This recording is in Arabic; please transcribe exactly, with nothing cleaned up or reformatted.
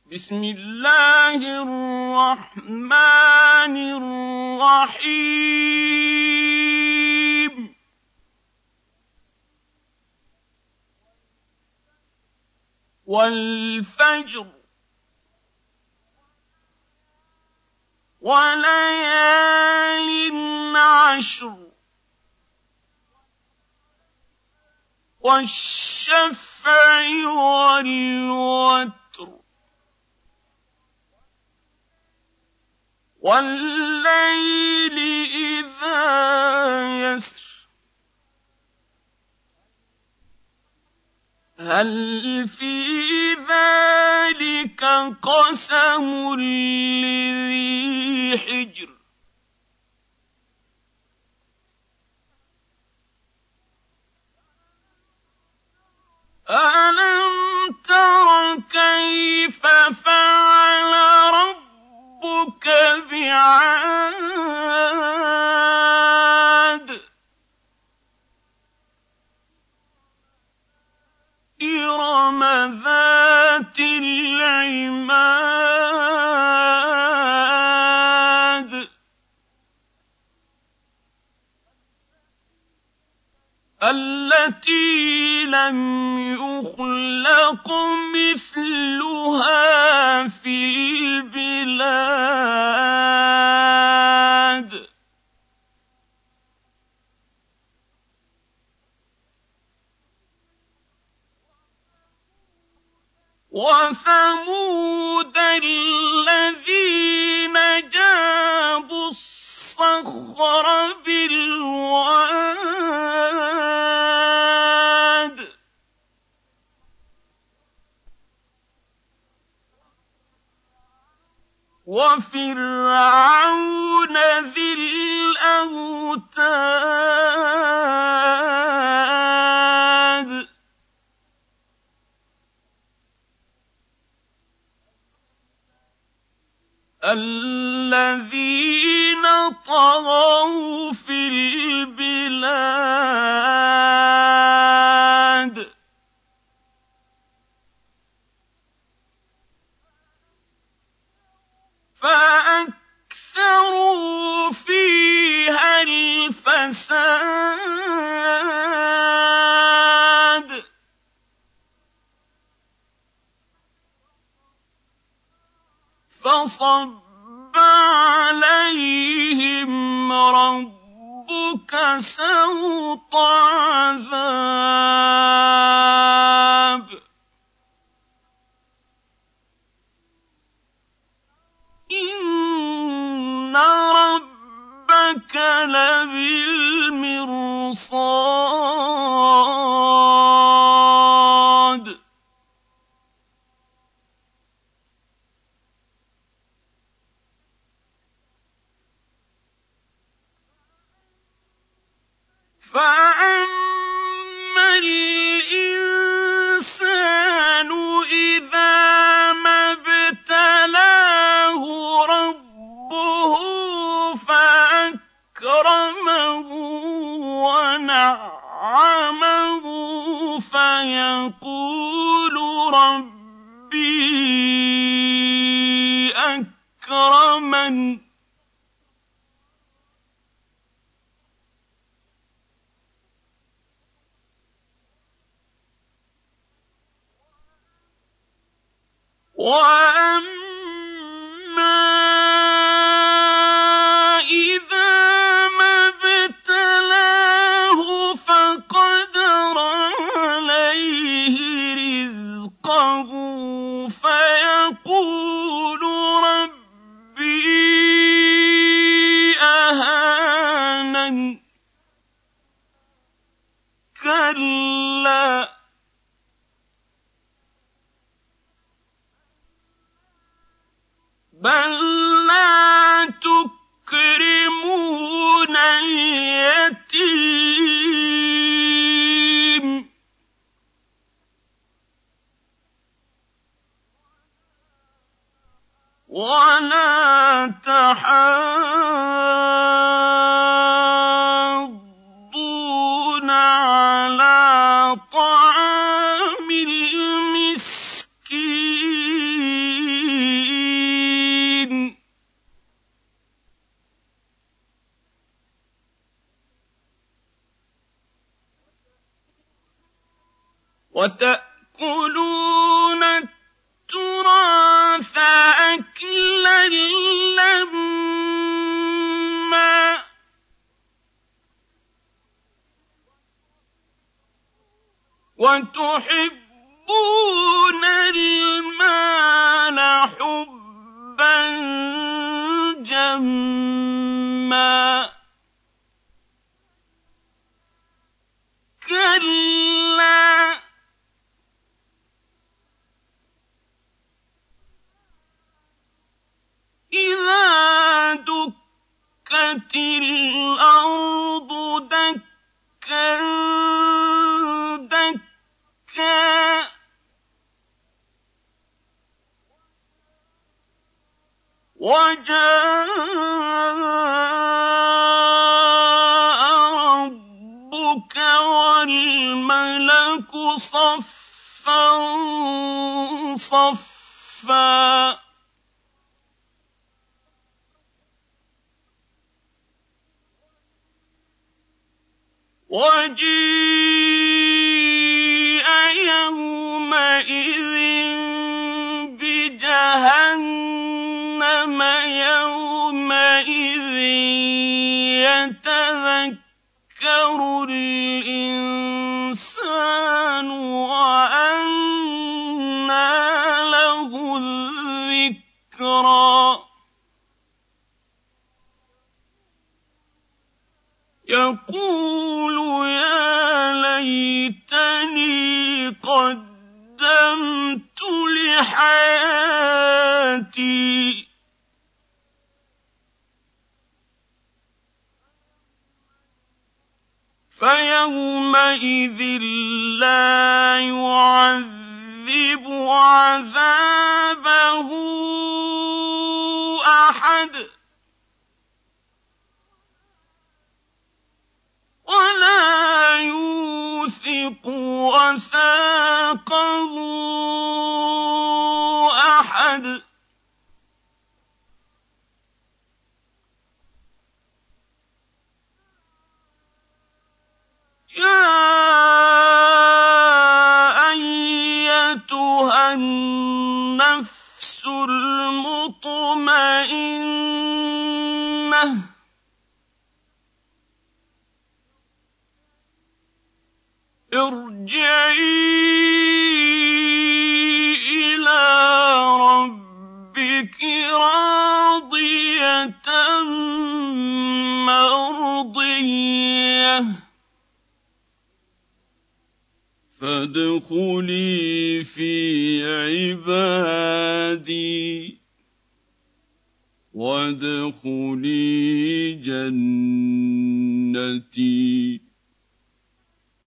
بسم الله الرحمن الرحيم والفجر وليال عشر والشفع والوتر والليل إذا يسر هل في ذلك قسم لذي حجر ألم تر كيف فعل ربك بعاد إرم ذات العماد التي لم يخلق مثلها في البلاد وثمود الذين جابوا الصخر بالواد وفرعون ذي الأوتاد الذين طغوا في البلاد فأكثروا فيها الفساد فصب عليهم ربك سوط عذاب إن ربك لبالمرصاد فأما الإنسان إذا ما ابتلاه ربه فأكرمه ونعمه فيقول ربي أكرمن وأما إذا ما ابتلاه فقدر عليه رزقه فيقول ربي أهانن كلا بل لا تكرمون اليتيم ولا تحاضون على طعام المسكين وتأكلون التراث أكلا لما وتحبون المال حبا جما كلا إذا دكت الأرض دكا دكا وجاء ربك والملك صفا صفا وجيء يومئذ بجهنم يومئذ يتذكر الإنسان وأنى له الذكرى يقول يا ليتني قدمت لحياتي فيومئذ لا يعذب عذابه أحد ولا يوثق وثاقه أحد يا أيتها النفس المطمئنة ارجعي إلى ربك راضية مرضية فادخلي في عبادي وادخلي جنتي